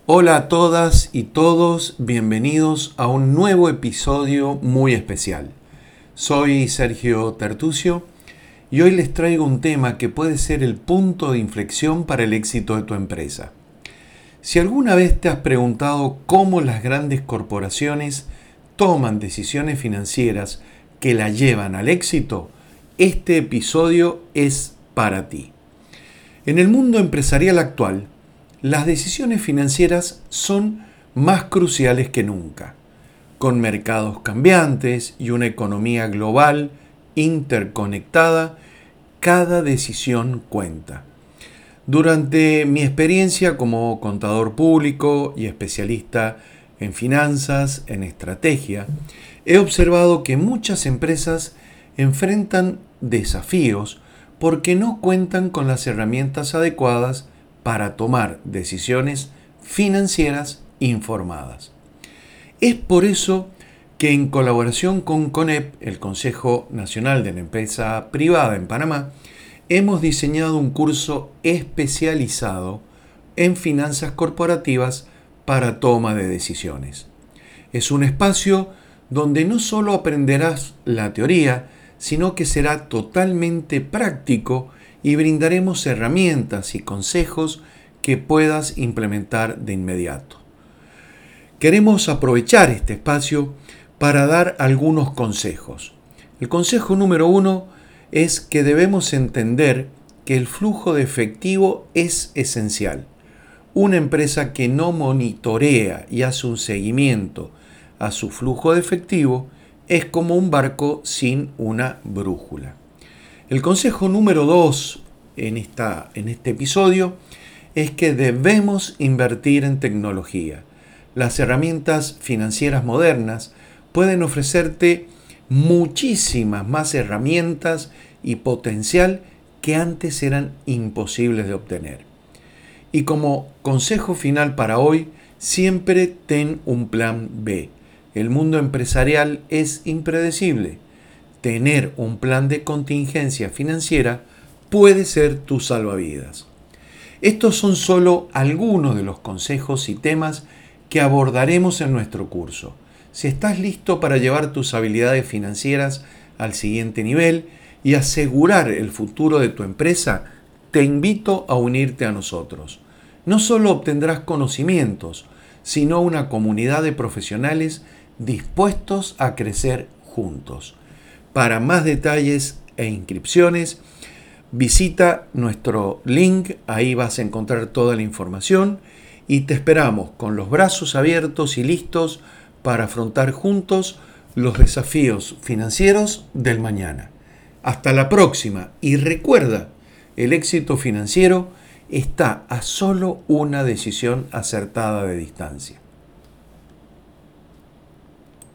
Hola a todas y todos, bienvenidos a un nuevo episodio muy especial. Soy Sergio Tertucio y hoy les traigo un tema que puede ser el punto de inflexión para el éxito de tu empresa. Si alguna vez te has preguntado cómo las grandes corporaciones toman decisiones financieras que la llevan al éxito, este episodio es para ti. En el mundo empresarial actual, las decisiones financieras son más cruciales que nunca. Con mercados cambiantes y una economía global interconectada, cada decisión cuenta. Durante mi experiencia como contador público y especialista en finanzas, en estrategia, he observado que muchas empresas enfrentan desafíos porque no cuentan con las herramientas adecuadas para tomar decisiones financieras informadas. Es por eso que en colaboración con CONEP, el Consejo Nacional de la Empresa Privada en Panamá, hemos diseñado un curso especializado en finanzas corporativas para toma de decisiones. Es un espacio donde no solo aprenderás la teoría, sino que será totalmente práctico y brindaremos herramientas y consejos que puedas implementar de inmediato. Queremos aprovechar este espacio para dar algunos consejos. El consejo número 1 es que debemos entender que el flujo de efectivo es esencial. Una empresa que no monitorea y hace un seguimiento a su flujo de efectivo es como un barco sin una brújula. El consejo número 2 en este episodio es que debemos invertir en tecnología. Las herramientas financieras modernas pueden ofrecerte muchísimas más herramientas y potencial que antes eran imposibles de obtener. Y como consejo final para hoy, siempre ten un plan B. El mundo empresarial es impredecible. Tener un plan de contingencia financiera puede ser tu salvavidas. Estos son solo algunos de los consejos y temas que abordaremos en nuestro curso. Si estás listo para llevar tus habilidades financieras al siguiente nivel y asegurar el futuro de tu empresa, te invito a unirte a nosotros. No solo obtendrás conocimientos, sino una comunidad de profesionales dispuestos a crecer juntos. Para más detalles e inscripciones, visita nuestro link, ahí vas a encontrar toda la información y te esperamos con los brazos abiertos y listos para afrontar juntos los desafíos financieros del mañana. Hasta la próxima y recuerda, el éxito financiero está a solo una decisión acertada de distancia.